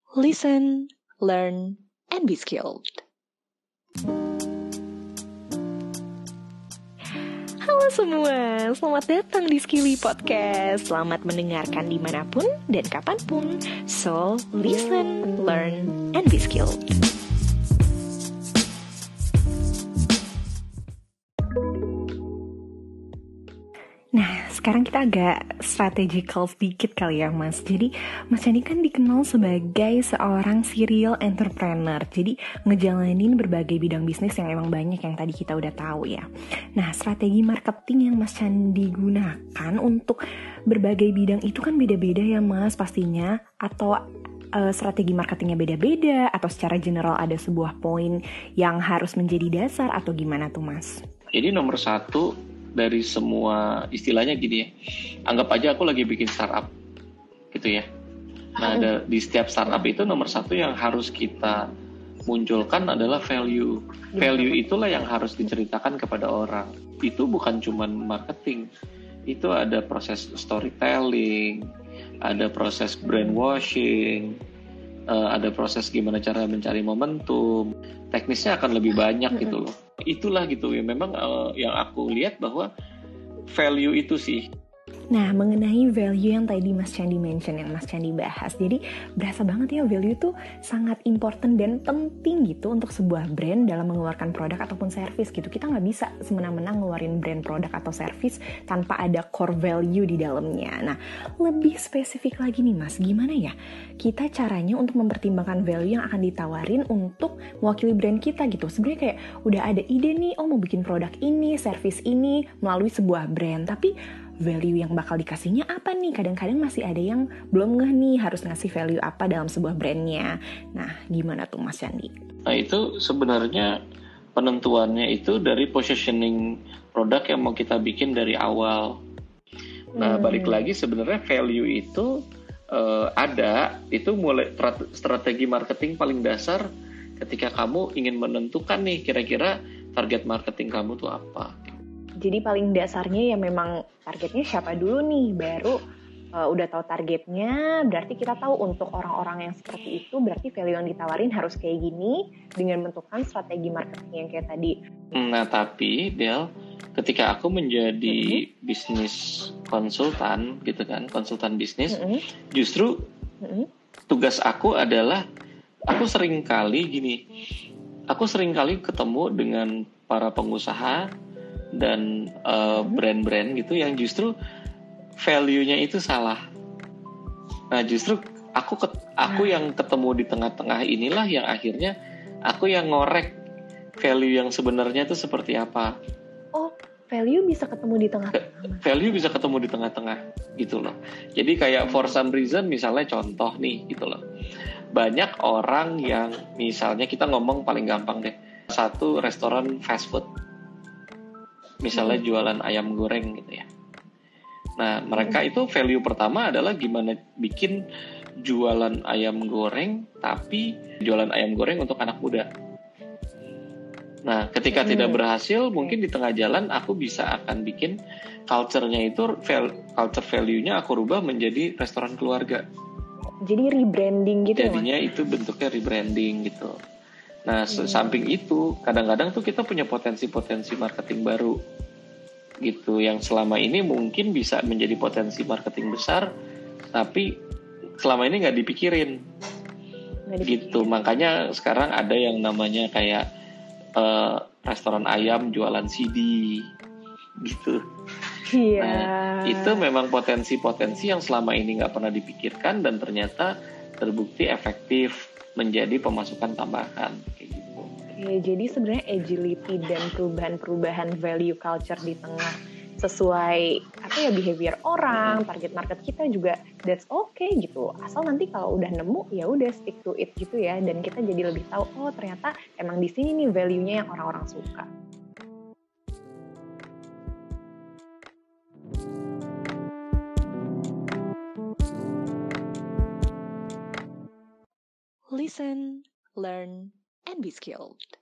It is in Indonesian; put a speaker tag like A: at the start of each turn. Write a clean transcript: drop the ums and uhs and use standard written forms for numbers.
A: Listen, learn, and be skilled. Halo semua, selamat datang di Skilly Podcast. Selamat mendengarkan dimanapun dan kapanpun. So, listen, learn, and be skilled. Nah, sekarang kita agak strategical sedikit kali ya Mas. Jadi Mas Candi kan dikenal sebagai seorang serial entrepreneur. Jadi ngejalanin berbagai bidang bisnis yang emang banyak yang tadi kita udah tahu ya. Nah, strategi marketing yang Mas Candi gunakan untuk berbagai bidang itu kan beda-beda ya Mas pastinya. Atau strategi marketingnya beda-beda, atau secara general ada sebuah poin yang harus menjadi dasar, atau gimana tuh Mas?
B: Jadi nomor satu dari semua istilahnya gini ya, anggap aja aku lagi bikin startup gitu ya. Nah di setiap startup itu nomor satu yang harus kita munculkan adalah value. Value itulah yang harus diceritakan kepada orang. Itu bukan cuma marketing, itu ada proses storytelling, ada proses brainwashing, ada proses gimana cara mencari momentum. Teknisnya akan lebih banyak gitu loh. Itulah gitu ya, memang yang aku lihat bahwa value itu sih.
A: Nah, mengenai value yang tadi Mas Candi mention, yang Mas Candi bahas, jadi berasa banget ya value itu sangat important dan penting gitu untuk sebuah brand dalam mengeluarkan produk ataupun service gitu. Kita nggak bisa semena-mena ngeluarin brand produk atau service tanpa ada core value di dalamnya. Nah, lebih spesifik lagi nih Mas, gimana ya kita caranya untuk mempertimbangkan value yang akan ditawarin untuk mewakili brand kita gitu. Sebenarnya kayak udah ada ide nih, oh mau bikin produk ini, service ini melalui sebuah brand, tapi value yang bakal dikasihnya apa nih? Kadang-kadang masih ada yang belum ngeh nih harus ngasih value apa dalam sebuah brandnya. Nah, gimana tuh Mas Candi?
B: Nah itu sebenarnya penentuannya itu dari positioning produk yang mau kita bikin dari awal. Nah balik lagi sebenarnya value itu ada, itu mulai strategi marketing paling dasar ketika kamu ingin menentukan nih kira-kira target marketing kamu tuh apa.
A: Jadi paling dasarnya ya memang targetnya siapa dulu nih, baru udah tahu targetnya, berarti kita tahu untuk orang-orang yang seperti itu, berarti value yang ditawarin harus kayak gini, dengan menentukan strategi marketing yang kayak tadi.
B: Nah tapi Del, ketika aku menjadi bisnis konsultan gitu kan, konsultan bisnis, justru tugas aku adalah, aku sering kali ketemu dengan para pengusaha dan brand-brand gitu yang justru value-nya itu salah. Nah justru aku yang ketemu di tengah-tengah inilah yang akhirnya aku yang ngorek value yang sebenarnya itu seperti apa.
A: Oh, value bisa ketemu di tengah-tengah.
B: Value bisa ketemu di tengah-tengah gitu loh. Jadi kayak for some reason misalnya contoh nih gitu loh. Banyak orang yang misalnya kita ngomong paling gampang deh, satu restoran fast food. Misalnya jualan ayam goreng gitu ya. Nah mereka itu value pertama adalah gimana bikin jualan ayam goreng, tapi jualan ayam goreng untuk anak muda. Nah ketika tidak berhasil, mungkin di tengah jalan aku bisa akan bikin culture-nya itu, culture value-nya aku rubah menjadi restoran keluarga.
A: Jadi rebranding gitu.
B: Jadinya itu bentuknya rebranding gitu. Nah, samping itu, kadang-kadang tuh kita punya potensi-potensi marketing baru gitu, yang selama ini mungkin bisa menjadi potensi marketing besar, tapi selama ini nggak dipikirin. Gitu. Makanya sekarang ada yang namanya kayak restoran ayam jualan CD gitu.
A: Iya.
B: Nah, itu memang potensi-potensi yang selama ini nggak pernah dipikirkan dan ternyata terbukti efektif menjadi pemasukan tambahan kayak gitu.
A: Oke, jadi sebenarnya agility dan perubahan-perubahan value culture di tengah sesuai behavior orang, target market kita juga that's okay gitu. Asal nanti kalau udah nemu ya udah stick to it gitu ya, dan kita jadi lebih tahu oh ternyata emang di sini nih value-nya yang orang-orang suka. Listen, learn, and be skilled.